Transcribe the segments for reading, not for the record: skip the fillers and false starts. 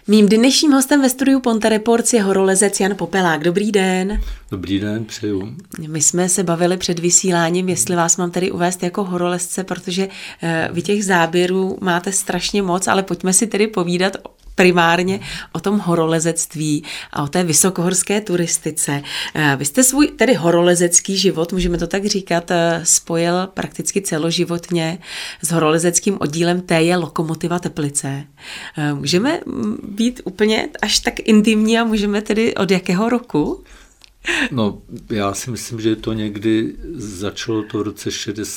Mým dnešním hostem ve studiu Ponte Reports je horolezec Jan Popelák. Dobrý den. Dobrý den, přeju. My jsme se bavili před vysíláním, jestli vás mám tady uvést jako horolezce, protože vy těch záběrů máte strašně moc, ale pojďme si tedy povídat primárně o tom horolezectví a o té vysokohorské turistice. Vy jste svůj tedy horolezecký život, můžeme to tak říkat, spojil prakticky celoživotně s horolezeckým oddílem TJ Lokomotiva Teplice. Můžeme být úplně až tak intimní a můžeme tedy od jakého roku? No, já si myslím, že to někdy začalo to v roce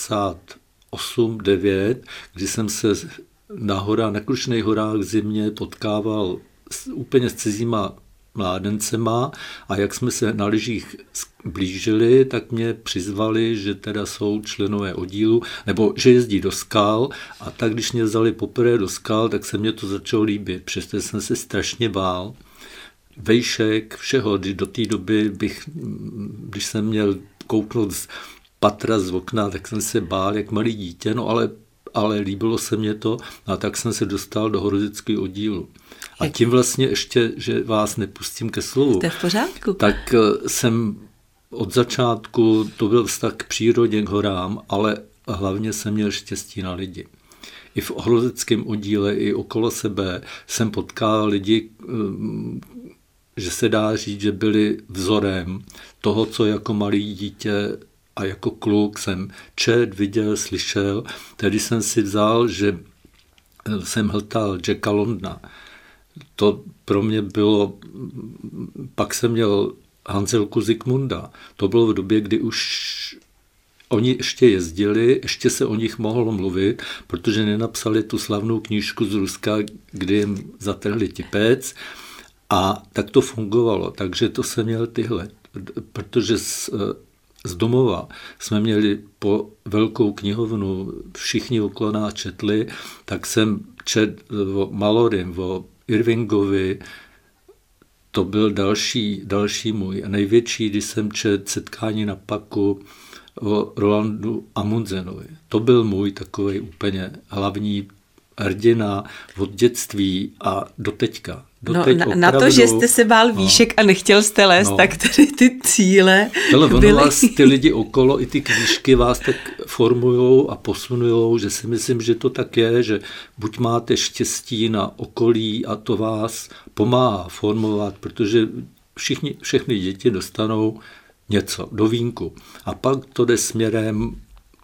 68-9, kdy jsem se na Krušných horách v zimě potkával úplně s cizíma mládencema a jak jsme se na lyžích blížili, tak mě přizvali, že teda jsou členové oddílu, nebo že jezdí do skal a tak, když mě vzali poprvé do skal, tak se mě to začalo líbit, přesto jsem se strašně bál. Vejšek, všeho, do té doby když jsem měl kouknout z patra z okna, tak jsem se bál jak malý dítě, no ale líbilo se mě to a tak jsem se dostal do horolezeckého oddílu. A tím vlastně ještě, že vás nepustím ke slovu, to je v pořádku. Tak jsem od začátku, to byl vztah k přírodě, k horám, ale hlavně jsem měl štěstí na lidi. I v horolezeckém oddíle, i okolo sebe jsem potkal lidi, že se dá říct, že byli vzorem toho, co jako malý dítě a jako kluk jsem čet, viděl, slyšel. Tedy jsem si vzal, že jsem hltal Jacka Londona. To pro mě bylo, pak jsem měl Hanzelku Zikmunda. To bylo v době, kdy už oni ještě jezdili, ještě se o nich mohlo mluvit, protože nenapsali tu slavnou knížku z Ruska, kdy jim zatrhli tipec. A tak to fungovalo, takže to jsem měl tyhle, protože z domova jsme měli po velkou knihovnu, všichni okolo nás četli, tak jsem čet o Malorim, o Irvingovi, to byl další můj a největší, když jsem čet Setkání na Paku o Rolandu Amundsenovi. To byl můj takovej úplně hlavní hrdina od dětství a do teďka. Na to, že jste se bál výšek a nechtěl jste lézt, tak tady ty cíle byly. Vás, ty lidi okolo i ty knížky vás tak formujou a posunujou, že si myslím, že to tak je, že buď máte štěstí na okolí a to vás pomáhá formovat, protože všechny děti dostanou něco do vínku. A pak to jde směrem,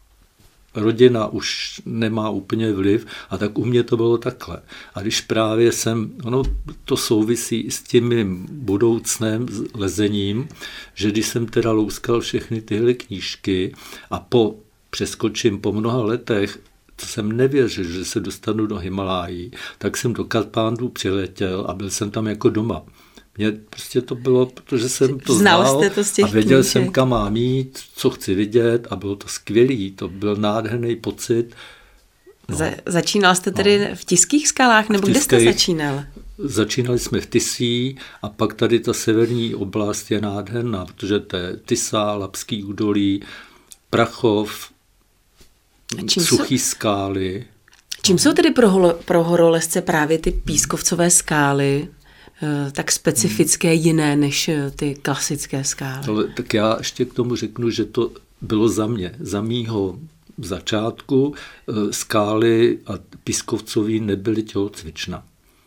rodina už nemá úplně vliv a tak u mě to bylo takhle. A když právě to souvisí i s tím mým budoucnem, s lezením, že když jsem teda louskal všechny tyhle knížky a přeskočím po mnoha letech, to jsem nevěřil, že se dostanu do Himalájí, tak jsem do Katmandu přiletěl a byl jsem tam jako doma. Mně prostě to bylo, protože jsem to znal a věděl jsem, kam mám jít, co chci vidět a bylo to skvělý, to byl nádherný pocit. No. Začínal jste tedy v Tiských skalách, nebo kde jste začínal? Začínali jsme v Tisí a pak tady ta severní oblast je nádherná, protože to je Tisa, Lapský údolí, Prachov, Suchý skály. Čím jsou tedy pro horolezce právě ty pískovcové skály tak specifické, jiné než ty klasické skály? Ale tak já ještě k tomu řeknu, že to bylo za mýho začátku skály a pískovcoví nebyly tělocvična.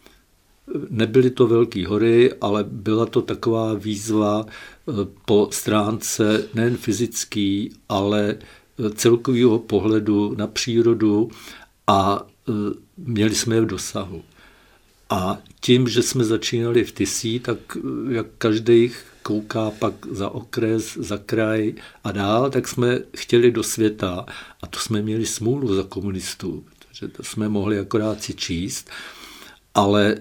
Nebyly to velké hory, ale byla to taková výzva po stránce nejen fyzický, ale celkového pohledu na přírodu a měli jsme je v dosahu. A tím, že jsme začínali v Tisí, tak jak každý kouká pak za okres, za kraj a dál, tak jsme chtěli do světa a to jsme měli smůlu za komunistů, protože to jsme mohli akorát si číst, ale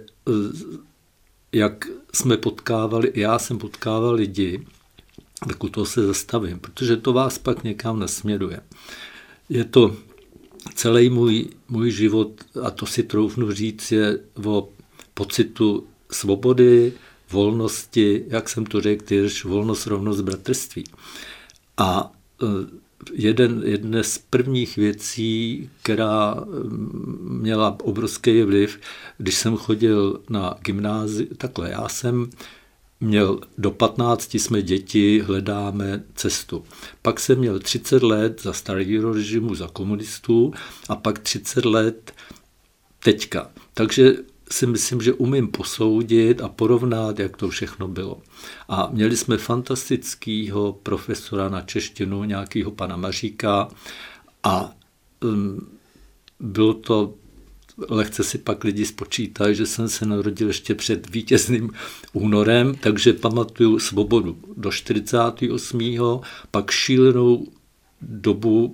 jak jsme já jsem potkával lidi, tak u toho se zastavím, protože to vás pak někam nasměruje. Je to celý můj život, a to si troufnu říct, je o pocitu svobody, volnosti, jak jsem to řekl, volnost, rovnost, bratrství. A jedné z prvních věcí, která měla obrovský vliv, když jsem chodil na gymnázium, takhle, já jsem měl do 15 jsme děti, hledáme cestu. Pak jsem měl 30 let za starého režimu, za komunistů a pak 30 let teďka. Takže si myslím, že umím posoudit a porovnat, jak to všechno bylo. A měli jsme fantastického profesora na češtinu, nějakého pana Maříka a bylo to, lehce si pak lidi spočítají, že jsem se narodil ještě před vítězným únorem, takže pamatuju svobodu do 48. Pak šílenou dobu,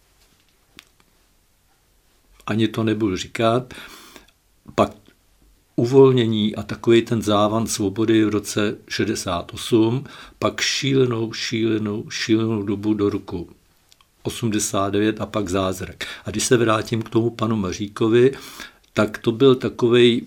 ani to nebudu říkat, pak uvolnění a takový ten závan svobody v roce 68, pak šílenou dobu do roku 89 a pak zázrak. A když se vrátím k tomu panu Maříkovi, tak to byl takovej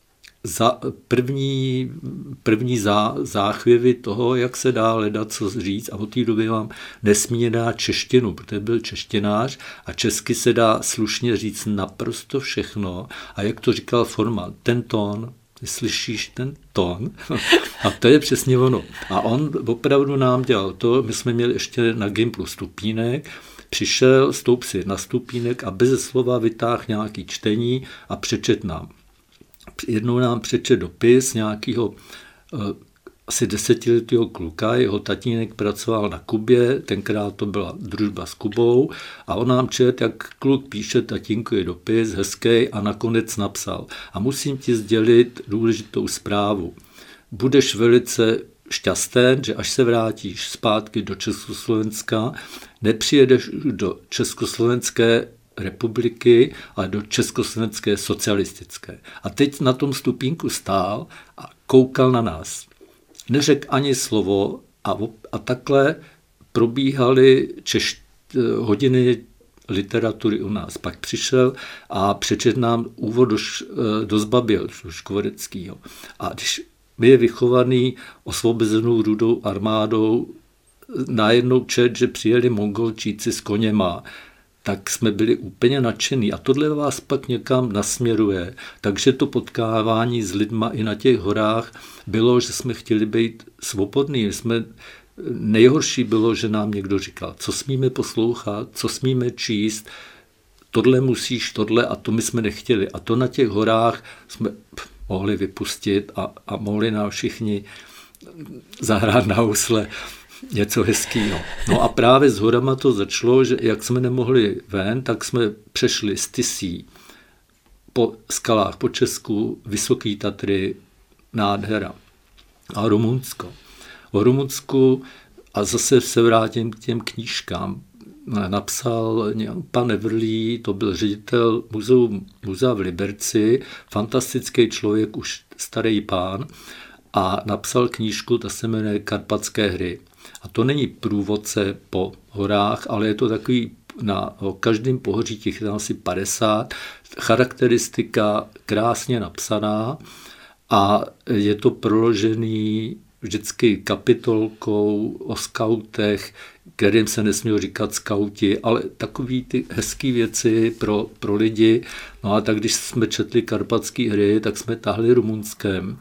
první záchvěvy toho, jak se dá hledat, co říct. A od té doby mám nesmírně rád češtinu, protože byl češtinář a česky se dá slušně říct naprosto všechno. A jak to říkal Forman, ten tón, slyšíš ten tón? A to je přesně ono. A on opravdu nám dělal to, my jsme měli ještě na Gimplu stupínek, přišel, stoup si na stupínek a bez slova vytáhl nějaký čtení a přečet nám. Jednou nám přečet dopis nějakého asi 10letého kluka, jeho tatínek pracoval na Kubě, tenkrát to byla družba s Kubou a on nám čet, jak kluk píše tatínkovi dopis, hezký a nakonec napsal. A musím ti sdělit důležitou zprávu. Budeš velice šťasten, že až se vrátíš zpátky do Československa, nepřijedeš do Československé republiky, ale do Československé socialistické. A teď na tom stupínku stál a koukal na nás. Neřekl ani slovo a takhle probíhaly hodiny literatury u nás. Pak přišel a přečet nám úvod do Zbaběl, Škvoreckýho. A když my je vychovaný osvobozenou Rudou armádou, najednou čet, že přijeli Mongolčíci s koněma, tak jsme byli úplně nadšený. A tohle vás pak někam nasměruje. Takže to potkávání s lidma i na těch horách bylo, že jsme chtěli být svobodní. Nejhorší bylo, že nám někdo říkal, co smíme poslouchat, co smíme číst, tohle musíš, tohle a to my jsme nechtěli. A to na těch horách jsme mohli vypustit a mohli nám všichni zahrát na housle něco hezkýho. No a právě s horama to začalo, že jak jsme nemohli ven, tak jsme přešli z Tisí po skalách po Česku, Vysoký Tatry, nádhera. A Rumunsko. O Rumunsku, a zase se vrátím k těm knížkám, napsal pan Everlí, to byl ředitel muzea v Liberci, fantastický člověk, už starý pán, a napsal knížku, ta se jmenuje Karpatské hry. A to není průvodce po horách, ale je to takový na každém pohoří, těch je tam asi 50, charakteristika krásně napsaná a je to proložený vždycky kapitolkou o skautech, kterým se nesměl říkat skauti, ale takový ty hezký věci pro lidi. No a tak když jsme četli Karpatské hry, tak jsme tahli Rumunskem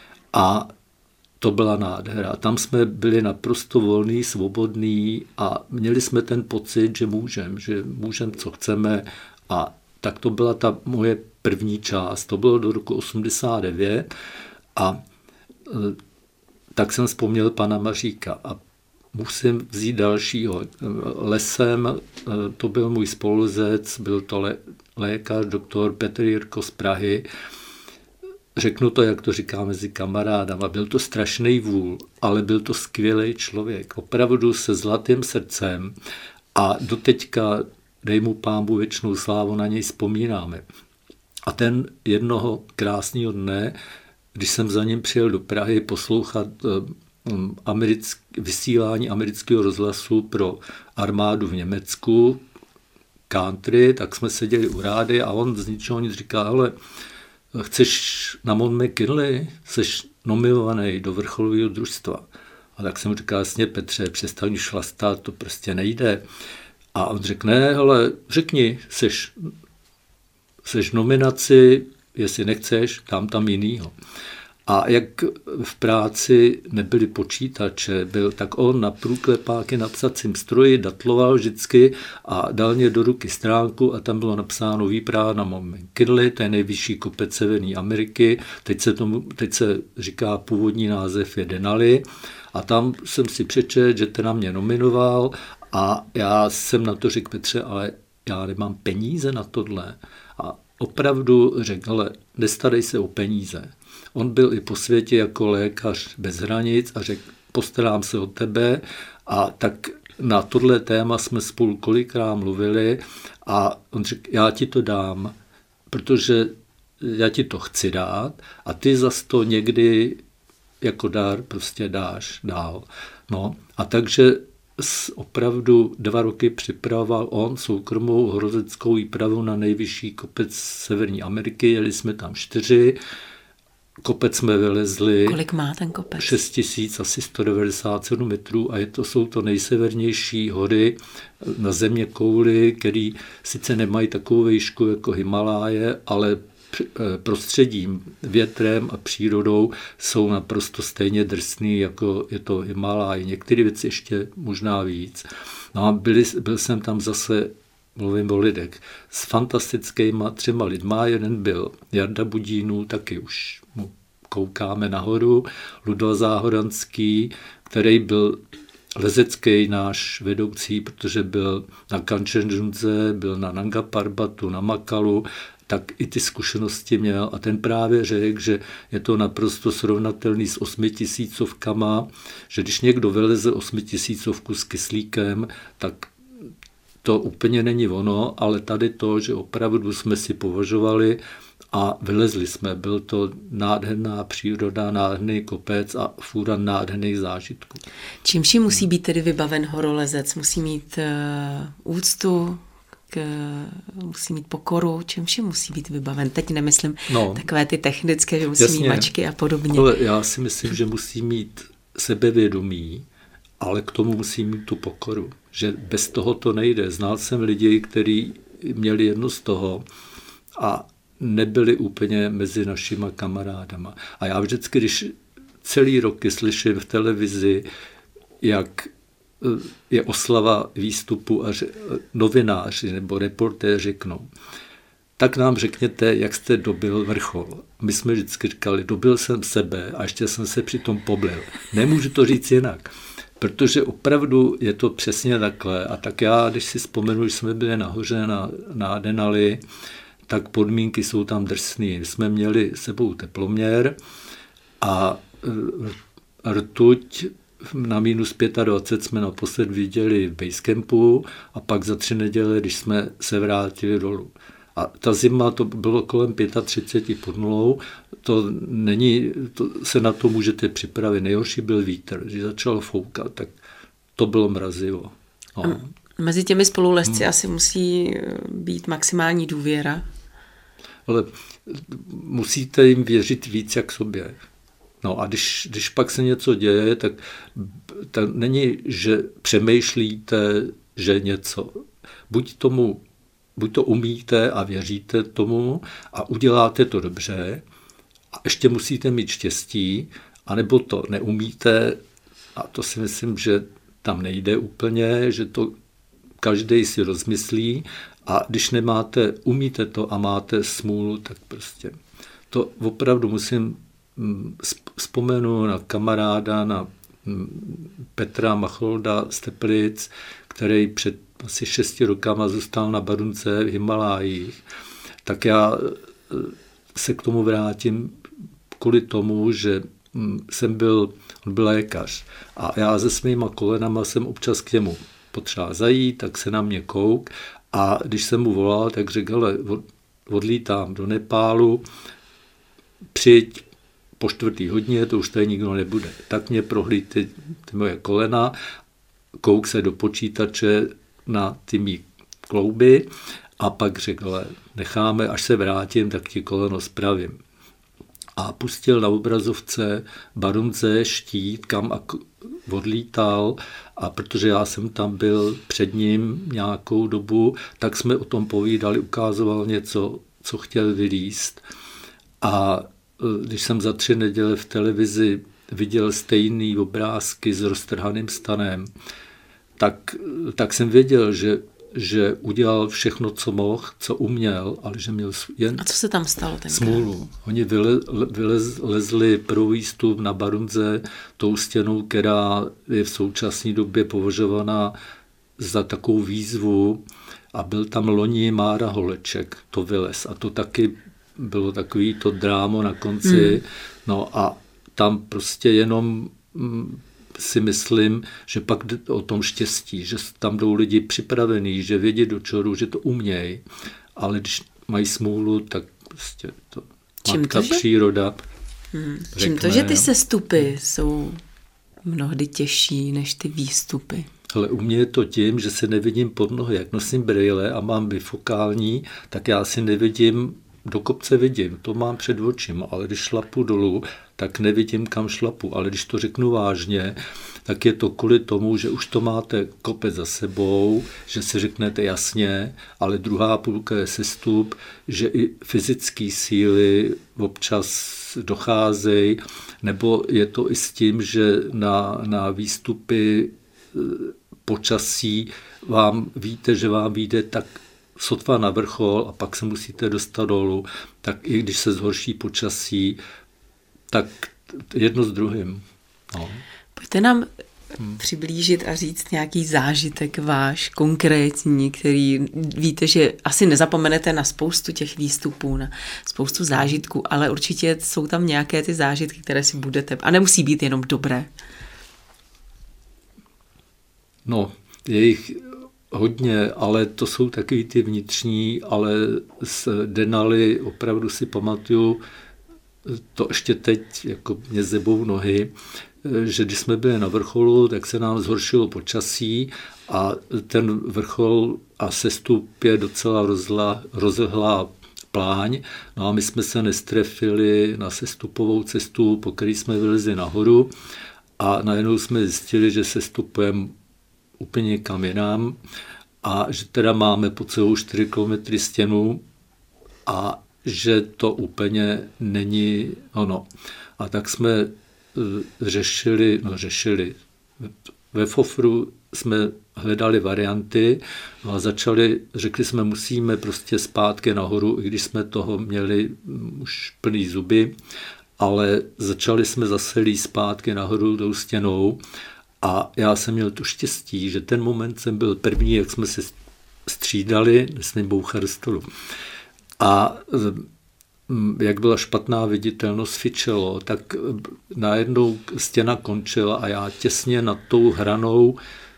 a to byla nádhera. Tam jsme byli naprosto volní, svobodní a měli jsme ten pocit, že můžeme, co chceme. A tak to byla ta moje první část. To bylo do roku 89 a tak jsem vzpomněl pana Maříka a musím vzít dalšího. Lesem, to byl můj spoluzec, byl to lékař, doktor Petr Jirko z Prahy. Řeknu to, jak to říká mezi kamarádama. Byl to strašný vůl, ale byl to skvělý člověk. Opravdu se zlatým srdcem a doteďka, dej mu Pánbu věčnou slávu, na něj vzpomínáme. A ten jednoho krásného dne, když jsem za ním přijel do Prahy poslouchat vysílání amerického rozhlasu pro armádu v Německu, country, tak jsme seděli u rády a on z ničeho nic říká, ale chceš na Mount McKinley, seš nominovaný do vrcholového družstva. A tak jsem říkal, jasně Petře, přestaň šlastat, to prostě nejde. A on řekl, ne, hele, řekni, seš v nominaci, jestli nechceš, dám tam jinýho. A jak v práci nebyly počítače, tak on na průklepáky na psacím stroji datloval vždycky a dal mě do ruky stránku a tam bylo napsáno výprava na Mount McKinley, to je nejvyšší kopec Severní Ameriky, teď se říká původní název je Denali a tam jsem si přečetl, že ten na mě nominoval a já jsem na to řekl, Petře, ale já nemám peníze na tohle. A opravdu řekl, ale nestarej se o peníze. On byl i po světě jako lékař bez hranic a řekl, postarám se o tebe a tak na tohle téma jsme spolu kolikrát mluvili a on řekl, já ti to dám, protože já ti to chci dát a ty zas to někdy jako dár prostě dáš dál. No a takže opravdu 2 roky připravoval on soukromou horolezeckou výpravu na nejvyšší kopec Severní Ameriky, jeli jsme tam 4, kopec jsme vylezli. Kolik má ten kopec? 6000, asi 197 metrů a jsou to nejsevernější hory na zeměkouli, které sice nemají takovou výšku jako Himaláje, ale prostředím, větrem a přírodou jsou naprosto stejně drsný, jako je to Himalaj. Některé věci ještě možná víc. No a byl jsem tam zase, mluvím o lidech, s fantastickýma 3 lidma. Jeden byl Jarda Budínů, taky už mu koukáme nahoru, Ludva Záhoranský, který byl lezecký náš vedoucí, protože byl na Kanchenjunze, byl na Nanga Parbatu, na Makalu, tak i ty zkušenosti měl a ten právě řekl, že je to naprosto srovnatelný s 8000, že když někdo vyleze 8000 s kyslíkem, tak to úplně není ono, ale tady to, že opravdu jsme si považovali a vylezli jsme. Byl to nádherná příroda, nádherný kopec a fůra nádherných zážitků. Čím vším musí být tedy vybaven horolezec? Musí mít úctu, musí mít pokoru, čím vším musí být vybaven? Teď nemyslím takové ty technické, že musí mít mačky a podobně. Ale já si myslím, že musí mít sebevědomí, ale k tomu musí mít tu pokoru. Že bez toho to nejde. Znal jsem lidi, kteří měli jedno z toho a nebyli úplně mezi našima kamarádama. A já vždycky, když celý roky slyším v televizi, jak je oslava výstupu a novináři nebo reportéři řeknou, tak nám řekněte, jak jste dobil vrchol. My jsme vždycky říkali, dobil jsem sebe a ještě jsem se přitom poblil. Nemůžu to říct jinak, protože opravdu je to přesně takhle. A tak já, když si vzpomenu, že jsme byli nahoře na Denali, tak podmínky jsou tam drsný. Jsme měli sebou teploměr a rtuť na -25 jsme naposled viděli v basecampu a pak za 3 neděle, když jsme se vrátili dolů. A ta zima, to bylo kolem 35 pod nulou, se na to můžete připravit. Nejhorší byl vítr, když začal foukat, tak to bylo mrazivo. No. Mezi těmi spolulezci asi musí být maximální důvěra. Ale musíte jim věřit víc jak sobě. No a když pak se něco děje, tak není, že přemýšlíte, že něco. Buď to umíte a věříte tomu a uděláte to dobře a ještě musíte mít štěstí, anebo to neumíte a to si myslím, že tam nejde úplně, že to každý si rozmyslí a když umíte to a máte smůlu, tak prostě to opravdu musím vzpomenu na kamaráda, na Petra Macholda z Teplic, který před asi 6 rokama zůstal na Badunce v Himalájích, tak já se k tomu vrátím kvůli tomu, že on byl lékař a já se svýma kolenama jsem občas k němu potřeba zajít, tak se na mě kouk a když jsem mu volal, tak řekl, ale odlítám do Nepálu, přijď po 4. hodině, to už tady nikdo nebude. Tak mě prohlíd ty moje kolena, kouk se do počítače na ty mý klouby a pak řekl, necháme, až se vrátím, tak ti koleno spravím. a pustil na obrazovce Barunze štít, kam odlítal, a protože já jsem tam byl před ním nějakou dobu, tak jsme o tom povídali, ukázoval něco, co chtěl vylíst. A když jsem za 3 neděle v televizi viděl stejný obrázky s roztrhaným stanem, tak jsem věděl, že udělal všechno, co mohl, co uměl, ale že měl jen A co se tam stalo tenkrát? Smůlu. Oni vylezli pro výstup na Barunze tou stěnou, která je v současné době považovaná za takovou výzvu, a byl tam loni Mára Holeček, to vylez. A to taky bylo takový to drámo na konci. No a tam prostě jenom si myslím, že pak jde o tom štěstí, že tam jdou lidi připravení, že vědí do čoru, že to umějí, ale když mají smůlu, tak prostě to matka příroda. Čím to, že ty sestupy jsou mnohdy těžší než ty výstupy? Ale u mě je to tím, že se nevidím pod nohy. Jak nosím brýle a mám bifokální, tak já si nevidím, do kopce vidím, to mám před očima, ale když šlapu dolů, tak nevidím, kam šlapu. Ale když to řeknu vážně, tak je to kvůli tomu, že už to máte kopec za sebou, že si řeknete jasně, ale druhá půlka je sestup, že i fyzické síly občas docházejí, nebo je to i s tím, že na výstupy počasí víte, že vám vyjde tak sotva na vrchol a pak se musíte dostat dolů, tak i když se zhorší počasí, tak jedno s druhým. No. Pojďte nám přiblížit a říct nějaký zážitek váš, konkrétní, který víte, že asi nezapomenete na spoustu těch výstupů, na spoustu zážitků, ale určitě jsou tam nějaké ty zážitky, které si budete, a nemusí být jenom dobré. No, je jich hodně, ale to jsou takový ty vnitřní, ale s Denali opravdu si pamatuju, to ještě teď jako mě zebou nohy, že když jsme byli na vrcholu, tak se nám zhoršilo počasí a ten vrchol a sestup je docela rozlehlá pláň. No a my jsme se nestrefili na sestupovou cestu, po které jsme vylezli nahoru, a najednou jsme zjistili, že sestupujeme úplně někam jinam a že teda máme po celou 4 kilometry stěnu a že to úplně není ono. A tak jsme řešili. Ve Fofru jsme hledali varianty a řekli jsme, musíme prostě zpátky nahoru, i když jsme toho měli už plný zuby, ale začali jsme zase líst zpátky nahoru tou stěnou. A já jsem měl to štěstí, že ten moment jsem byl první, jak jsme se střídali, nesmím bouchat do stolu. A jak byla špatná viditelnost, fičelo, tak najednou stěna končila a já těsně nad tou hranou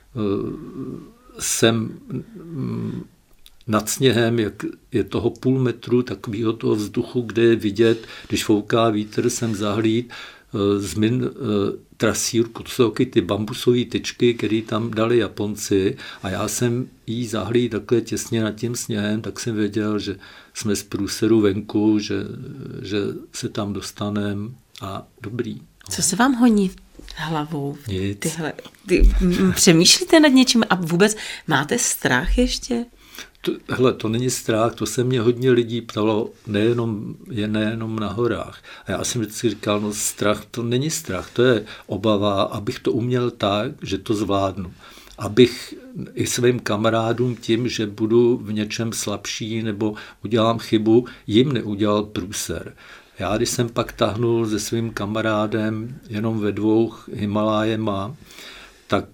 jsem nad sněhem, jak je toho půl metru takového toho vzduchu, kde je vidět, když fouká vítr, jsem zahlíd trasírku, to jsou ty bambusové tyčky, které tam dali Japonci, a já jsem jí zahlíd takhle těsně nad tím sněhem, tak jsem věděl, že jsme z průseru venku, že se tam dostaneme a dobrý. No. Co se vám honí hlavou? Nic. Přemýšlíte nad něčím a vůbec máte strach ještě? To není strach, to se mě hodně lidí ptalo, nejenom na horách. A já jsem vždycky říkal, strach, to není strach, to je obava, abych to uměl tak, že to zvládnu. Abych i svým kamarádům tím, že budu v něčem slabší nebo udělám chybu, jim neudělal průser. Já, když jsem pak tahnul se svým kamarádem jenom ve 2 Himalájema, tak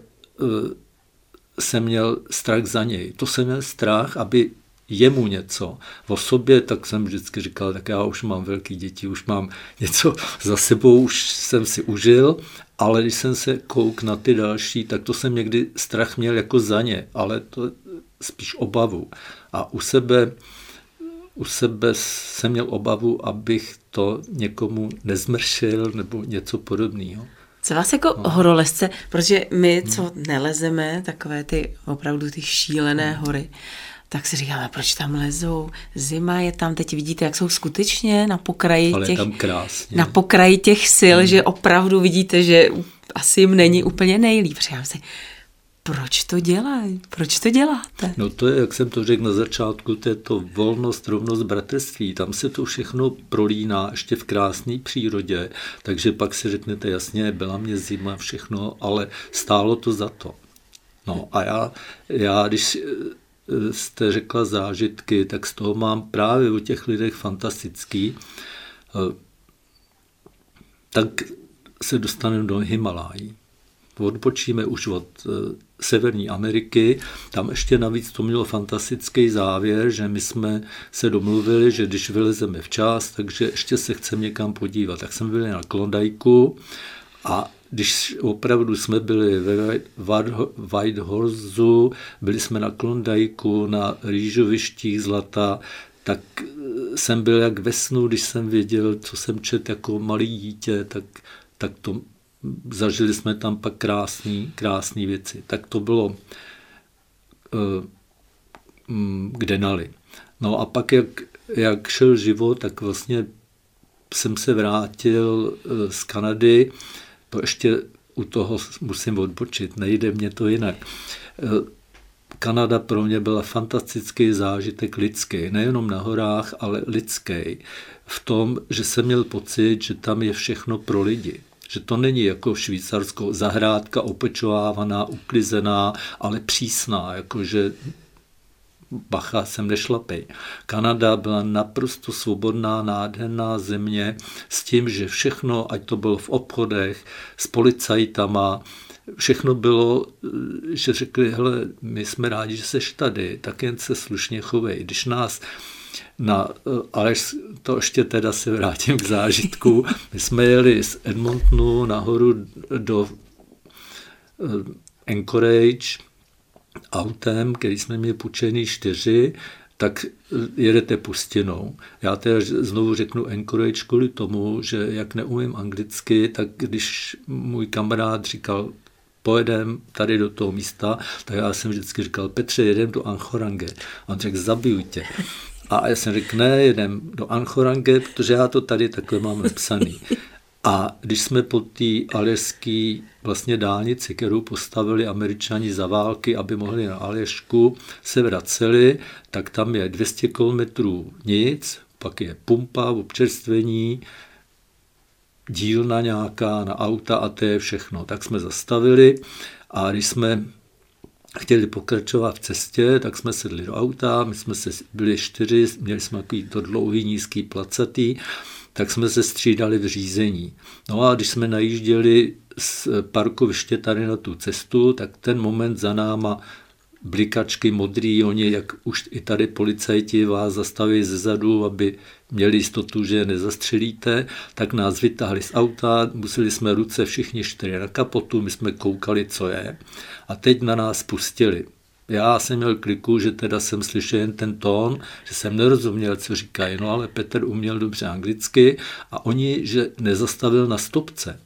jsem měl strach za něj. To jsem měl strach, aby jemu něco o sobě, tak jsem vždycky říkal, tak já už mám velký děti, už mám něco za sebou, už jsem si užil, ale když jsem se kouk na ty další, tak to jsem někdy strach měl jako za ně, ale to spíš obavu. A u sebe jsem měl obavu, abych to někomu nezmršil nebo něco podobného. Co vás jako horolezce, protože my, co nelezeme, takové ty opravdu ty šílené hory, tak si říkáme, proč tam lezou, zima je tam, teď vidíte, jak jsou skutečně na pokraji ale tam krásně. Na pokraji těch sil, že opravdu vidíte, že asi jim není úplně nejlíp. Říkám si, proč to dělají? Proč to děláte? No to je, jak jsem to řekl na začátku, to je to volnost, rovnost, bratrství. Tam se to všechno prolíná ještě v krásné přírodě, takže pak si řeknete, jasně, byla mě zima, všechno, ale stálo to za to. No a já když jste řekla zážitky, tak z toho mám právě o těch lidech fantastický. Tak se dostaneme do Himalají. Odpočíme už od Severní Ameriky, tam ještě navíc to mělo fantastický závěr, že my jsme se domluvili, že když vylezeme včas, takže ještě se chceme někam podívat. Tak jsme byli na Klondajku a když opravdu jsme byli ve Whitehorseu, byli jsme na Klondajku, na rýžovištích zlata, tak jsem byl jak ve snu, když jsem věděl, co jsem četl jako malý dítě, tak to zažili jsme tam pak krásné věci. Tak to bylo k Denali. No a pak, jak šel život, tak vlastně jsem se vrátil z Kanady. To ještě u toho musím odpočit, nejde mě to jinak. Kanada pro mě byla fantastický zážitek lidský, nejenom na horách, ale lidský. V tom, že jsem měl pocit, že tam je všechno pro lidi. Že to není jako v Švýcarsku zahrádka opečovávaná, uklizená, ale přísná, jakože bacha, sem nešlapej. Kanada byla naprosto svobodná, nádherná země s tím, že všechno, ať to bylo v obchodech, s policajtama, všechno bylo, že řekli, hele, my jsme rádi, že seš tady, tak jen se slušně chovej. Když nás ale to ještě teda se vrátím k zážitku. My jsme jeli z Edmontonu nahoru do Anchorage autem, který jsme měli půjčený 4, tak jedete pustinou. Já teda znovu řeknu Anchorage kvůli tomu, že jak neumím anglicky, tak když můj kamarád říkal, pojedem tady do toho místa, tak já jsem vždycky říkal, Petře, jedem do Anchorange. A on řekl, zabiju tě. A já jsem řekl, ne, jedem do Anchorange, protože já to tady takhle mám napsaný. A když jsme po té aljašské vlastně dálnici, kterou postavili Američani za války, aby mohli na Aljašku, se vraceli, tak tam je 200 kilometrů nic, pak je pumpa, občerstvení, dílna nějaká na auta a to je všechno. Tak jsme zastavili a když jsme chtěli pokračovat v cestě, tak jsme sedli do auta, my jsme byli 4, měli jsme takový to dlouhý, nízký, placatý, tak jsme se střídali v řízení. No a když jsme najížděli z parkoviště tady na tu cestu, tak ten moment za náma blikačky modrý, oni, jak už i tady policajti vás zastaví zezadu, aby měli jistotu, že nezastřelíte, tak nás vytáhli z auta, museli jsme ruce všichni 4 na kapotu, my jsme koukali, co je. A teď na nás pustili. Já jsem měl kliku, že teda jsem slyšel jen ten tón, že jsem nerozuměl, co říkají, no ale Petr uměl dobře anglicky a oni, že nezastavil na stopce.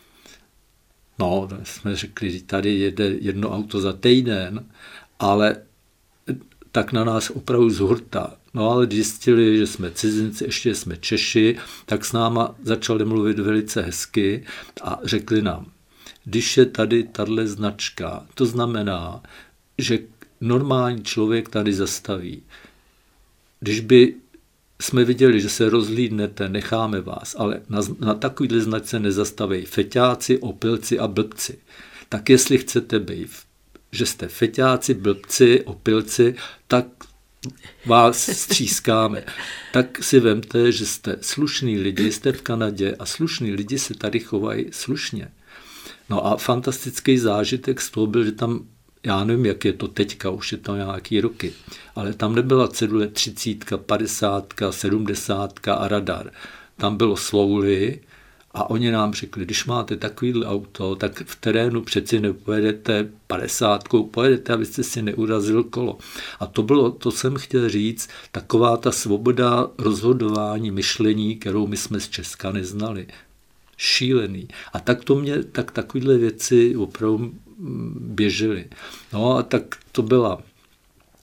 No, jsme řekli, tady jede jedno auto za týden, ale tak na nás opravdu z hurta. No ale zjistili, že jsme cizinci, ještě jsme Češi, tak s náma začali mluvit velice hezky a řekli nám, když je tady tahle značka, to znamená, že normální člověk tady zastaví. Když by jsme viděli, že se rozhlídnete, necháme vás, ale na takovýhle značce nezastaví feťáci, opilci a blbci. Tak jestli chcete být, že jste feťáci, blbci, opilci, tak vás střískáme. Tak si vemte, že jste slušní lidi, jste v Kanadě a slušní lidi se tady chovají slušně. No a fantastický zážitek z toho byl, že tam, já nevím, jak je to teďka, už je to nějaký roky, ale tam nebyla cedule 30, 50, 70 a radar. Tam bylo slowly a oni nám řekli, když máte takovýhle auto, tak v terénu přeci nepojedete 50, pojedete, abyste si neurazil kolo. A to jsem chtěl říct, taková ta svoboda rozhodování, myšlení, kterou my jsme z Česka neznali. Šílený. A tak takovýhle věci opravdu běžely. No a tak to byla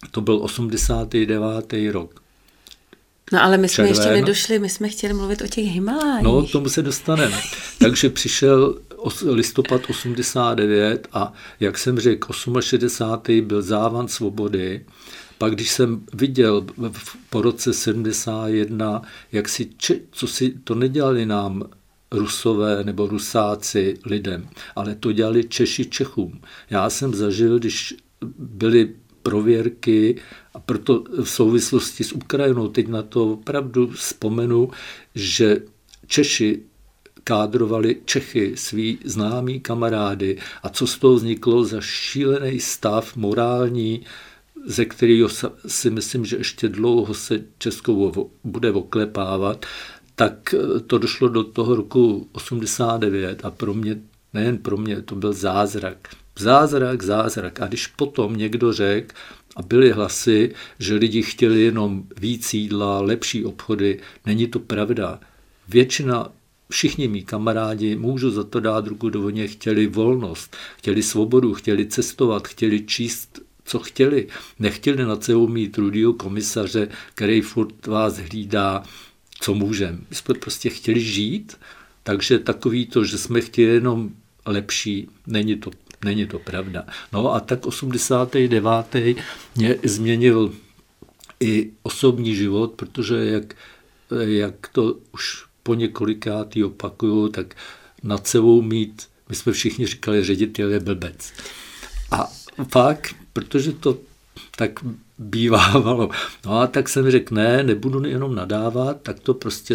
To byl 89. rok. No ale my jsme ještě nedošli, my jsme chtěli mluvit o těch Himalájích. No, k tomu se dostaneme. Takže přišel listopad 89 a jak jsem řekl, 68. byl závan svobody. Pak když jsem viděl po roce 71, jak co si to nedělali nám Rusové nebo Rusáci lidem, ale to dělali Češi Čechům. Já jsem zažil, když byly prověrky a proto v souvislosti s Ukrajinou teď na to opravdu vzpomenu, že Češi kádrovali Čechy, svý známí kamarády a co z toho vzniklo za šílený stav morální, ze kterého si myslím, že ještě dlouho se Česko bude oklepávat, tak to došlo do toho roku 89 a pro mě, nejen pro mě, to byl zázrak. Zázrak. A když potom někdo řekl, a byly hlasy, že lidi chtěli jenom víc jídla, lepší obchody, není to pravda. Všichni mý kamarádi, můžu za to dát ruku do ohně, chtěli volnost, chtěli svobodu, chtěli cestovat, chtěli číst, co chtěli. Nechtěli na celou mít rudýho komisaře, který furt vás hlídá, co můžeme. My jsme prostě chtěli žít, takže takový to, že jsme chtěli jenom lepší, není to pravda. No a tak 89. mě změnil i osobní život, protože jak to už po několikátý opakuju, tak nad sebou mít, my jsme všichni říkali, ředitel je blbec. A fakt, protože to tak bývávalo. No a tak jsem řekl, nebudu jenom nadávat, tak to prostě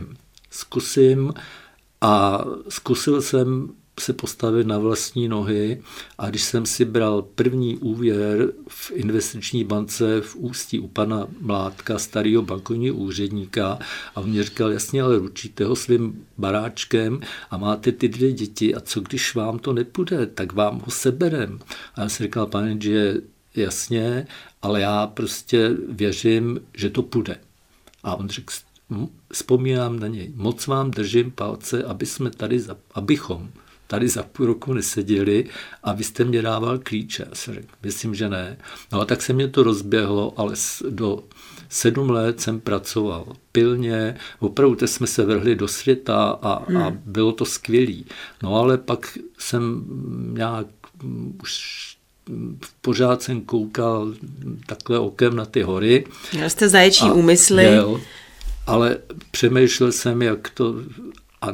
zkusím a zkusil jsem se postavit na vlastní nohy a když jsem si bral první úvěr v investiční bance v Ústí u pana Mládka, starého bankovního úředníka a on mě říkal, jasně, ale ručíte ho svým baráčkem a máte ty 2 děti a co když vám to nepůjde, tak vám ho seberem. A já jsem říkal, pane, že jasně, ale já prostě věřím, že to půjde. A on řekl, vzpomínám na něj, moc vám držím palce, abychom tady za půl roku neseděli a vy jste mě dával klíče. Já jsem řekl, myslím, že ne. No a tak se mě to rozběhlo, ale do 7 let jsem pracoval pilně, opravdu jsme se vrhli do světa a bylo to skvělý. No ale pak jsem nějak už pořád jsem koukal takhle okem na ty hory. Měl jste zaječí úmysly. Ale přemýšlel jsem, jak to, a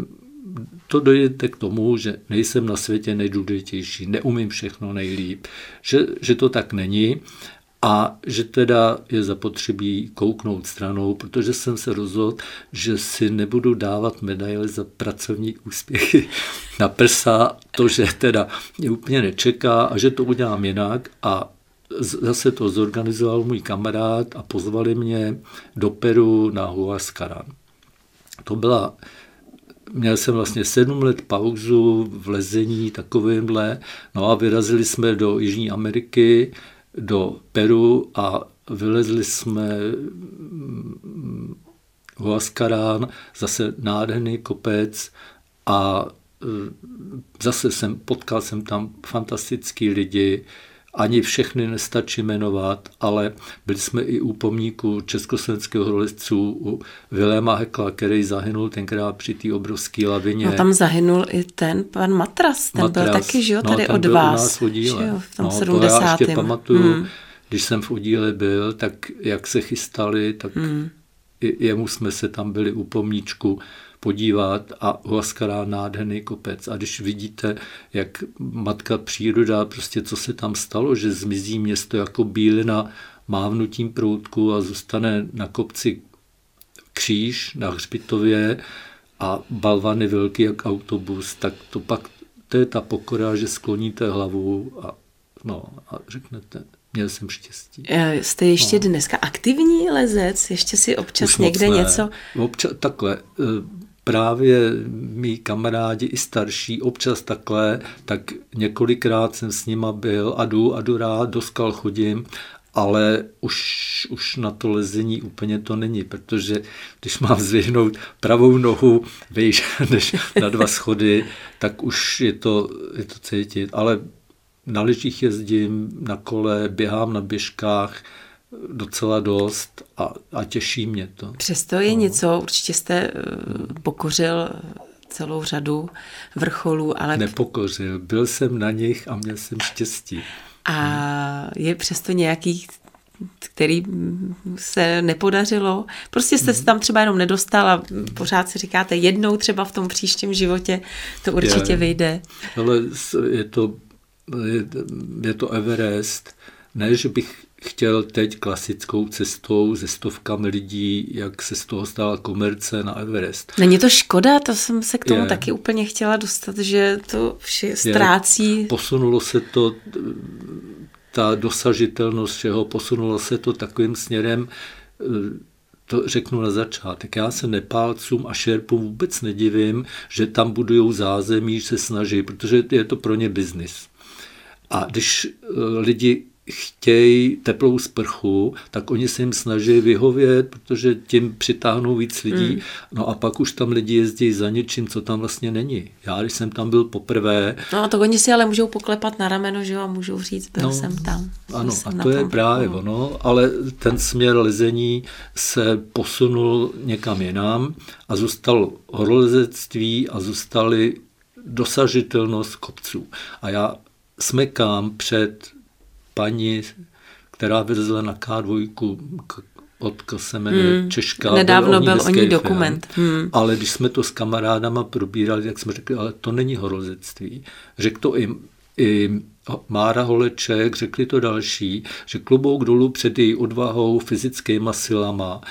to dojde k tomu, že nejsem na světě nejdůležitější, neumím všechno nejlíp, že to tak není a že teda je zapotřebí kouknout stranou, protože jsem se rozhodl, že si nebudu dávat medaile za pracovní úspěchy na prsa, to, že teda mě úplně nečeká a že to udělám jinak a zase to zorganizoval můj kamarád a pozvali mě do Peru na Huascarán. Měl jsem vlastně 7 let pauzu v lezení takovýmhle, no a vyrazili jsme do Jižní Ameriky, do Peru a vylezli jsme Huascarán, zase nádherný kopec a zase potkal jsem tam fantastický lidi, ani všechny nestačí jmenovat, ale byli jsme i u pomníku československého horolezců u Viléma Hekla, který zahynul tenkrát při té obrovské lavině. No tam zahynul i ten pan Matras, byl taky, že jo, tady od vás, že jo, v tom 70. To já ještě pamatuju, když jsem v oddíle byl, tak jak se chystali, tak jemu jsme se tam byli u pomníčku podívat a Huascarán nádherný kopec. A když vidíte, jak matka příroda, prostě co se tam stalo, že zmizí město jako bílina mávnutím proutku a zůstane na kopci kříž na hřbitově a balvany velký jak autobus, tak to je ta pokora, že skloníte hlavu a řeknete, měl jsem štěstí. Jste ještě dneska aktivní lezec? Ještě si občas někde něco? Takhle. Právě mý kamarádi i starší občas takhle, tak několikrát jsem s nima byl a jdu rád, do skal chodím, ale už na to lezení úplně to není, protože když mám zvěhnout pravou nohu vejš než na 2 schody, tak už je to cítit, ale na lyžích jezdím, na kole, běhám na běžkách docela dost a těší mě to. Přesto je něco, určitě jste pokořil celou řadu vrcholů, ale... Nepokořil, byl jsem na nich a měl jsem štěstí. A je přesto nějaký, který se nepodařilo? Prostě jste se tam třeba jenom nedostal a pořád si říkáte, jednou třeba v tom příštím životě to určitě vyjde. Ale je to Everest. Ne, že bych chtěl teď klasickou cestou se stovkami lidí, jak se z toho stala komerce na Everest. Není to škoda? To jsem se k tomu taky úplně chtěla dostat, že to vše ztrácí. Posunulo se to, ta dosažitelnost všeho, posunulo se to takovým směrem, to řeknu na začátek. Já se Nepálcům a Šerpům vůbec nedivím, že tam budujou zázemí, že se snaží, protože je to pro ně biznis. A když lidi chtějí teplou sprchu, tak oni se jim snaží vyhovět, protože tím přitáhnou víc lidí. No a pak už tam lidi jezdí za něčím, co tam vlastně není. Já, když jsem tam byl poprvé... No a to oni si ale můžou poklepat na rameno, že jo, a můžou říct, byl jsem tam. Ano, a to je právě ono, ale ten směr lezení se posunul někam jinam a zůstalo horolezectví a zůstaly dosažitelnost kopců. A já smekám před paní, která vyvezla na K2 se jmenuje Češka. Nedávno byl o ní dokument. Ale když jsme to s kamarádama probírali, jak jsme řekli, ale to není horolezectví. Řekl to i Mára Holeček, řekli to další, že klobouk dolů před její odvahou, fyzickýma silama,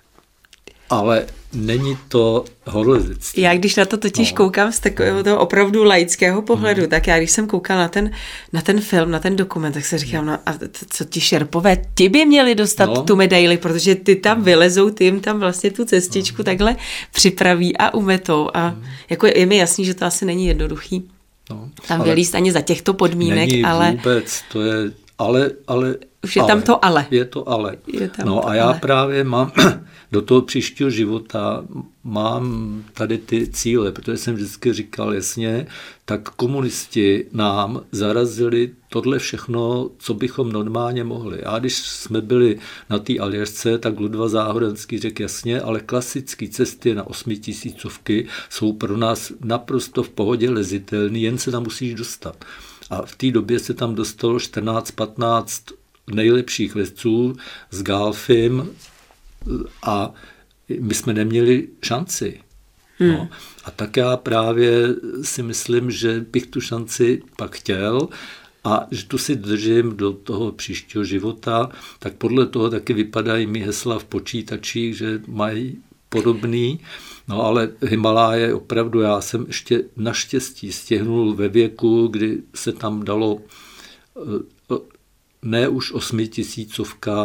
ale není to horolezectví. Já když na to totiž koukám z takového toho opravdu laického pohledu, tak já když jsem koukal na ten film, na ten dokument, tak se říkám, no a co ti Šerpové, ti by měli dostat tu medaili, protože ty tam vylezou, ty jim tam vlastně tu cestičku takhle připraví a umetou. A jako je mi jasný, že to asi není jednoduchý. Tam vylízt ani za těchto podmínek, není ale... vůbec, to je... Ale už je tam to ale. Je to ale. No a já právě mám do toho příštího života mám tady ty cíle, protože jsem vždycky říkal jasně, tak komunisti nám zarazili tohle všechno, co bychom normálně mohli. A když jsme byli na té Aljašce, tak Ludva Záhoranský řekl jasně, ale klasické cesty na 8000 jsou pro nás naprosto v pohodě lezitelný, jen se tam musíš dostat. A v té době se tam dostalo 14-15 nejlepších lezců s Gálfim a my jsme neměli šanci. No. A tak já právě si myslím, že bych tu šanci pak chtěl a že tu si držím do toho příštího života, tak podle toho taky vypadají mi hesla v počítačích, že mají podobný. No ale Himaláje opravdu, já jsem ještě naštěstí stihnul ve věku, kdy se tam dalo ne už 8000,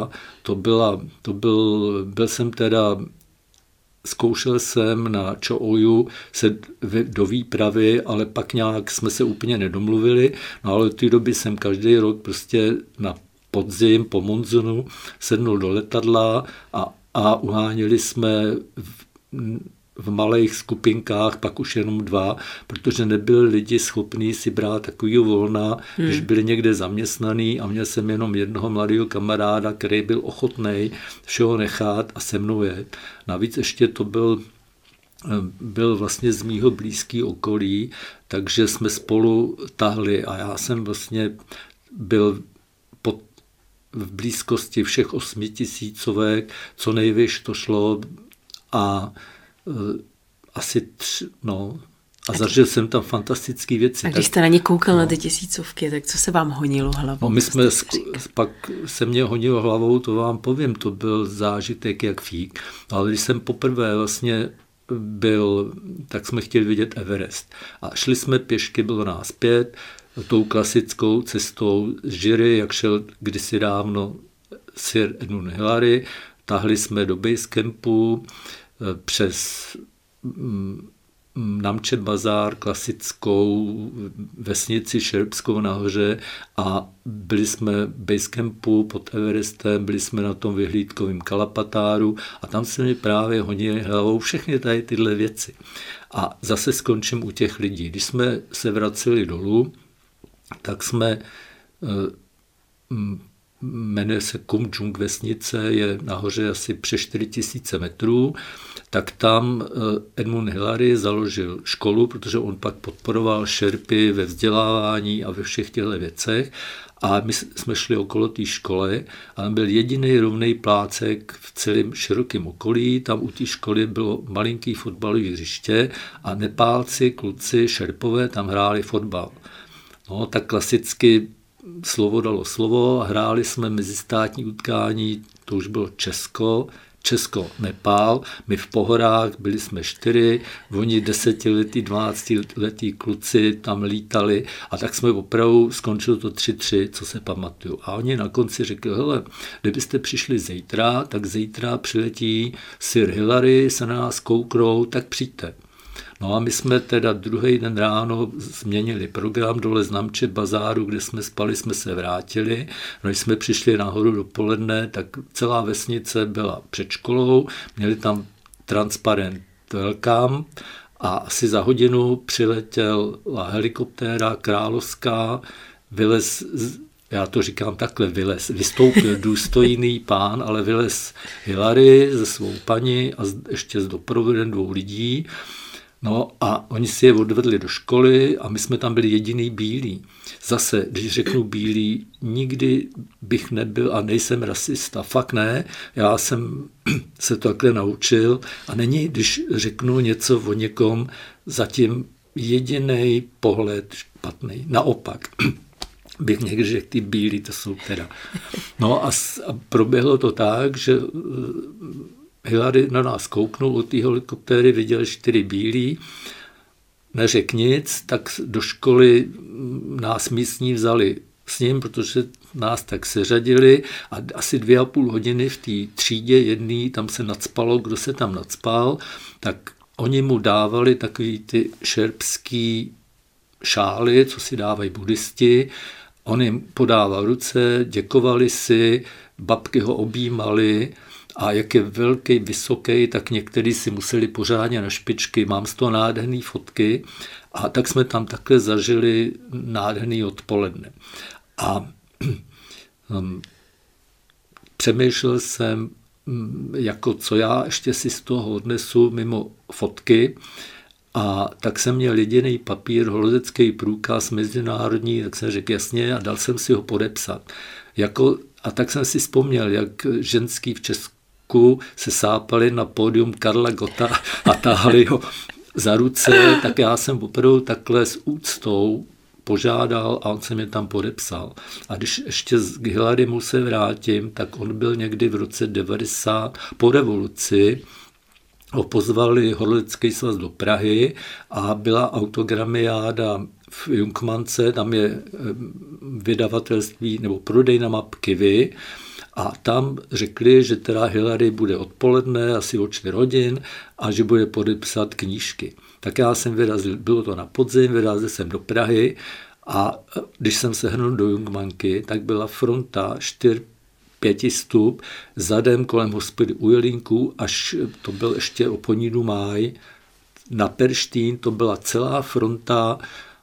byl jsem teda, zkoušel jsem na Čooju se do výpravy, ale pak nějak jsme se úplně nedomluvili, no ale od té doby jsem každý rok prostě na podzim po monzunu sednul do letadla a uháněli jsme v malých skupinkách, pak už jenom 2, protože nebyli lidi schopní si brát takovýho volna, když byli někde zaměstnaný a měl jsem jenom jednoho mladého kamaráda, který byl ochotný všeho nechat a se mnou jet. Navíc ještě to byl vlastně z mýho blízkého okolí, takže jsme spolu tahli a já jsem vlastně byl v blízkosti všech 8000, co nejvíc to šlo a asi 3, a zažil jsem tam fantastické věci. A když jste na ně koukal na ty 1000, tak co se vám honilo hlavou? No my jsme, pak se mě honilo hlavou, to vám povím, to byl zážitek jak fík. Ale když jsem poprvé vlastně byl, tak jsme chtěli vidět Everest. A šli jsme pěšky, bylo nás 5, tou klasickou cestou z Žiry, jak šel kdysi dávno Sir Edmund Hillary, tahli jsme do basecampu, přes Namche Bazar, klasickou vesnici Šerpskou nahoře a byli jsme v basecampu pod Everestem, byli jsme na tom vyhlídkovém Kalapatáru a tam se mi právě honily hlavou všechny tady tyhle věci. A zase skončím u těch lidí. Když jsme se vraceli dolů, tak jsme, jmenuje se Kumjung vesnice, je nahoře asi přes 4000 metrů, tak tam Edmund Hillary založil školu, protože on pak podporoval šerpy ve vzdělávání a ve všech těchto věcech. A my jsme šli okolo té školy a tam byl jediný rovnej plácek v celém širokém okolí. Tam u té školy bylo malinký fotbalové hřiště a Nepálci, kluci, šerpové tam hráli fotbal. No, tak klasicky slovo dalo slovo a hráli jsme mezistátní utkání, to už bylo Česko-Nepál, my v Pohorách, byli jsme 4, oni 10letí, 12letí kluci tam lítali a tak jsme opravdu, skončilo to 3-3, co se pamatuju. A oni na konci řekli, hele, kdybyste přišli zítra, tak zítra přiletí Sir Hillary, se na nás kouknou, tak přijďte. No a my jsme teda druhý den ráno změnili program, dole z Namče bazáru, kde jsme spali, jsme se vrátili. No, když jsme přišli nahoru dopoledne, tak celá vesnice byla před školou, měli tam transparent welcome a asi za hodinu přiletěla helikoptéra královská, já to říkám takhle, vystoupil důstojný pán, ale vylez Hillary se svou paní a ještě s doprovodem 2 lidí. No a oni si je odvedli do školy a my jsme tam byli jediný bílí. Zase, když řeknu bílí, nikdy bych nebyl a nejsem rasista, fakt ne. Já jsem se to takhle naučil a není, když řeknu něco o někom, zatím jediný pohled špatný. Naopak bych někdy řekl, ty bílí, to jsou teda. No a proběhlo to tak, že Hillary na nás kouknul od té helikoptéry, viděl 4 bílí, neřekl nic, tak do školy nás místní vzali s ním, protože nás tak seřadili a asi 2,5 hodiny v té třídě jedný, tam se nacpalo, kdo se tam nacpal, tak oni mu dávali takový ty šerpský šály, co si dávají buddhisti, on jim podával ruce, děkovali si, babky ho objímaly, a jak je velký, vysoký, tak někteří si museli pořádně na špičky. Mám z toho nádherné fotky a tak jsme tam takhle zažili nádherný odpoledne. A přemýšlel jsem, jako co já ještě si z toho odnesu mimo fotky. A tak jsem měl jediný papír, holodecký průkaz mezinárodní, tak jsem řekl jasně a dal jsem si ho podepsat. A tak jsem si vzpomněl, jak ženský v Česku se sápali na pódium Karla Gotta a táhli ho za ruce, tak já jsem opravdu takhle s úctou požádal a on se mě tam podepsal. A když ještě k Hillarymu se vrátím, tak on byl někdy v roce 90 po revoluci, ho pozvali Horolecký svaz do Prahy a byla autogramiáda v Jungmance, tam je vydavatelství nebo prodejna map Kivy a tam řekli, že teda Hillary bude odpoledne, asi o 4 hodin a že bude podepsat knížky. Tak já jsem vyrazil, bylo to na podzim, vyrazil jsem do Prahy a když jsem se hrnul do Jungmanky, tak byla fronta 4-5 stup, zadem kolem hospody u Jelínků, až to byl ještě o Ponídu máj, na Perštín, to byla celá fronta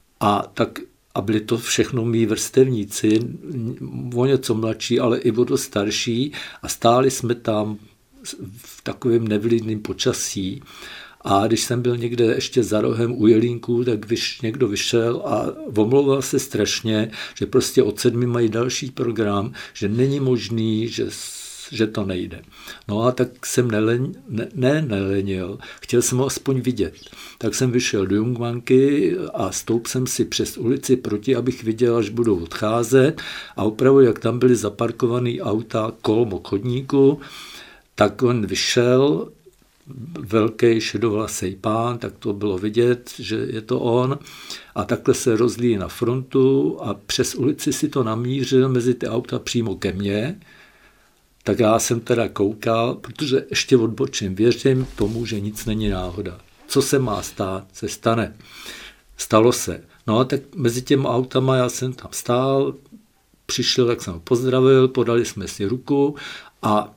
a byli to všechno mý vrstevníci, o něco mladší, ale i o to starší a stáli jsme tam v takovém nevlídném počasí. A když jsem byl někde ještě za rohem u Jelínků, tak někdo vyšel a omlouval se strašně, že prostě od 7 mají další program, že není možný, že to nejde. No a tak jsem nelenil, chtěl jsem ho aspoň vidět. Tak jsem vyšel do Jungmanky a stoup jsem si přes ulici proti, abych viděl, až budou odcházet. A opravdu, jak tam byly zaparkované auta kolmo chodníku, tak on vyšel, velký šedovlasej pán, tak to bylo vidět, že je to on. A takhle se rozlíjí na frontu a přes ulici si to namířil mezi ty auta přímo ke mně. Tak já jsem teda koukal, protože ještě odbočím, věřím tomu, že nic není náhoda. Co se má stát, se stane. Stalo se. No a tak mezi těmi autama já jsem tam stál, přišel, tak jsem ho pozdravil, podali jsme si ruku a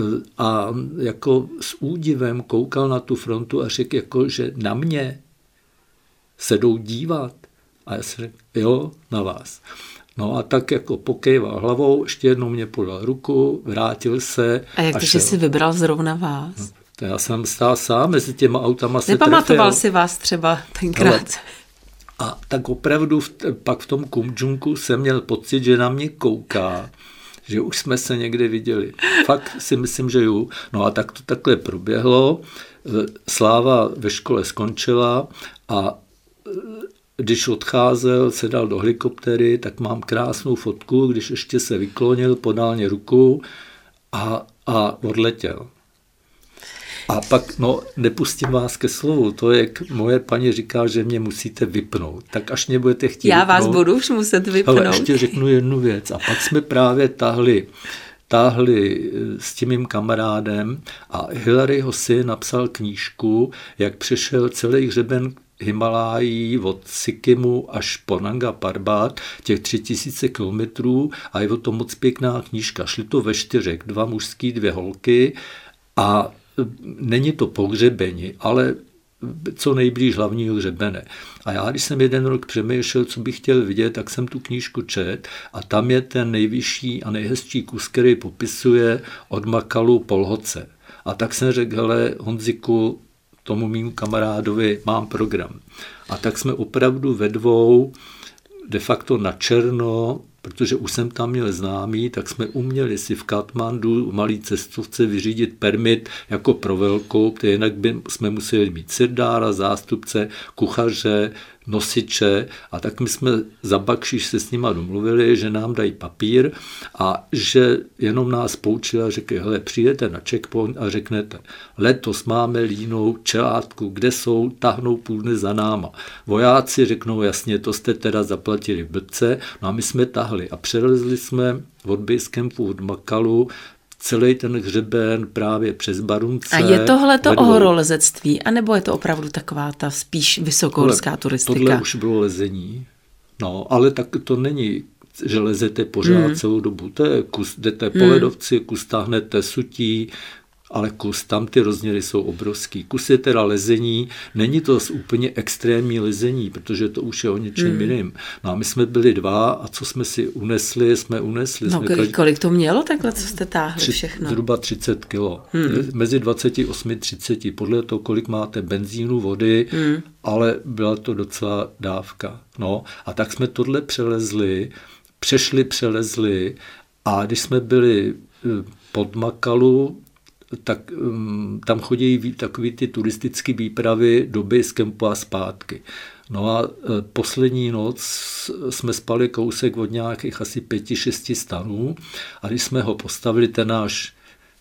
jako s údivem koukal na tu frontu a řekl, jako, že na mě se jdou dívat. A já si řekl, jo, na vás. No a tak jako pokejval hlavou, ještě jednou mě podal ruku, vrátil se. A jak to, že jsi vybral zrovna vás? No, to já jsem stál sám mezi těma autama. Nepamatoval si vás třeba tenkrát? A tak opravdu pak v tom Kumdžunku jsem měl pocit, že na mě kouká, že už jsme se někde viděli. Fakt si myslím, že jo. No a tak to takhle proběhlo. Sláva ve škole skončila a když odcházel, sedal do helikoptéry, tak mám krásnou fotku, když ještě se vyklonil, podal mě ruku a odletěl. A pak, nepustím vás ke slovu, to je, jak moje paní říká, že mě musíte vypnout. Tak až mě budete chtít Já vypnout, vás budu už muset vypnout. Ale ještě řeknu jednu věc. A pak jsme právě táhli s tím mým kamarádem a Hilaryho syn napsal knížku, jak přešel celý hřeben Himalájí od Sikkimu až po Nanga Parbat, těch 3000 kilometrů, a je to moc pěkná knížka. Šli to ve 4, 2 mužský, 2 holky a není to pohřebení, ale co nejblíž hlavního hřebene. A já, když jsem jeden rok přemýšlel, co bych chtěl vidět, tak jsem tu knížku čet a tam je ten nejvyšší a nejhezčí kus, který popisuje od Makalu po Lhotse. A tak jsem řekl, hele, Honziku, tomu mému kamarádovi, mám program. A tak jsme opravdu ve 2 de facto na černo, protože už jsem tam měl známý, tak jsme uměli si v Katmandu v malý cestovce vyřídit permit jako pro velkou, protože jinak jsme museli mít sirdára, zástupce, kuchaře, nosiče, a tak my jsme za bakšiš se s nima domluvili, že nám dají papír a že jenom nás poučili a řekli, hele, přijdete na checkpoint a řeknete, letos máme línou čelátku, kde jsou, tahnou půl dne za náma. Vojáci řeknou, jasně, to jste teda zaplatili v Brce, no a my jsme tahli a přelezli jsme od basecampu od Makalu celý ten hřeben právě přes Barunce. A je tohleto o horolezectví, anebo je to opravdu taková ta spíš vysokohorská turistika? Tohle už bylo lezení, ale tak to není, že lezete pořád celou dobu. To je kus, jdete po ledovci, kus táhnete sutí, ale kus, tam ty rozměry jsou obrovský. Kus je teda lezení, není to úplně extrémní lezení, protože to už je o něčem jiným. No a my jsme byli 2 a co jsme si unesli, jsme unesli. No kolik to mělo takhle, co jste táhli všechno? Zhruba 30 kilo. Mezi 28 a 30, podle toho, kolik máte benzínu, vody, ale byla to docela dávka. No a tak jsme tohle přelezli a když jsme byli pod Makalu, tak tam chodí takový ty turistické výpravy do basecampu a zpátky. No a poslední noc jsme spali kousek od nějakých asi 5-6 stanů a když jsme ho postavili, ten náš,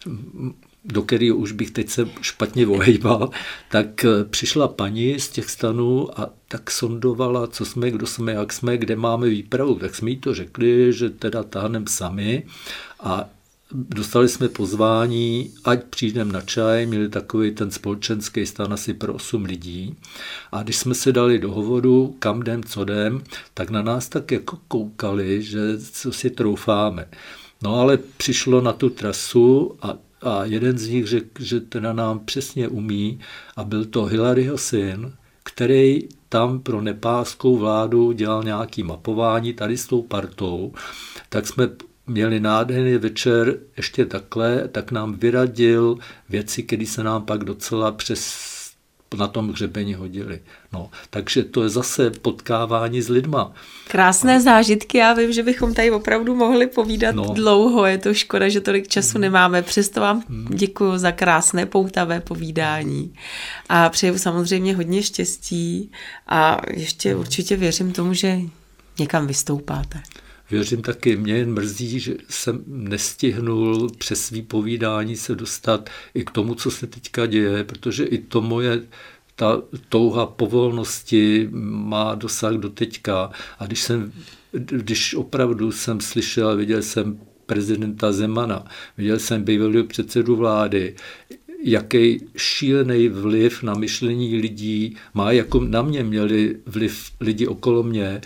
do kterého už bych teď se špatně ohejbal, tak přišla paní z těch stanů a tak sondovala, co jsme, kdo jsme, jak jsme, kde máme výpravu. Tak jsme jí to řekli, že teda táhneme sami a dostali jsme pozvání, ať přijdeme na čaj, měli takový ten společenský stan asi pro 8 lidí. A když jsme se dali do hovoru, kam jdem, co jdem, tak na nás tak jako koukali, že co si troufáme. No ale přišlo na tu trasu a jeden z nich řekl, že teda nám přesně umí, a byl to Hilaryho syn, který tam pro nepálskou vládu dělal nějaký mapování tady s tou partou, tak jsme měli nádherný večer ještě takhle, tak nám vyradil věci, které se nám pak docela na tom hřebeni hodily. No, takže to je zase potkávání s lidma. Krásné zážitky, já vím, že bychom tady opravdu mohli povídat dlouho, je to škoda, že tolik času nemáme, přesto vám děkuji za krásné poutavé povídání a přeju samozřejmě hodně štěstí a ještě určitě věřím tomu, že někam vystoupáte. Věřím taky, mě jen mrzí, že jsem nestihnul přes svý povídání se dostat i k tomu, co se teďka děje, protože i to moje, ta touha po volnosti má dosah do teďka. A když opravdu jsem slyšel, viděl jsem prezidenta Zemana, viděl jsem bývalého předsedu vlády, jaký šílený vliv na myšlení lidí má, jako na mě měli vliv lidi okolo mě,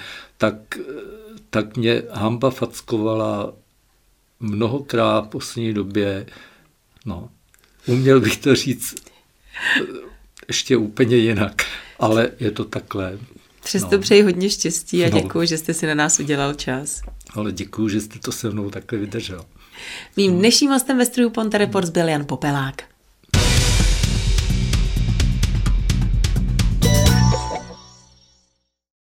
tak mě hanba fackovala mnohokrát v poslední době. No, uměl bych to říct ještě úplně jinak, ale je to takhle. Přesto přeji hodně štěstí a děkuji, že jste si na nás udělal čas. Ale děkuji, že jste to se mnou takhle vydržel. Mým dnešním hostem ve studiu Ponte Reports byl Jan Popelák.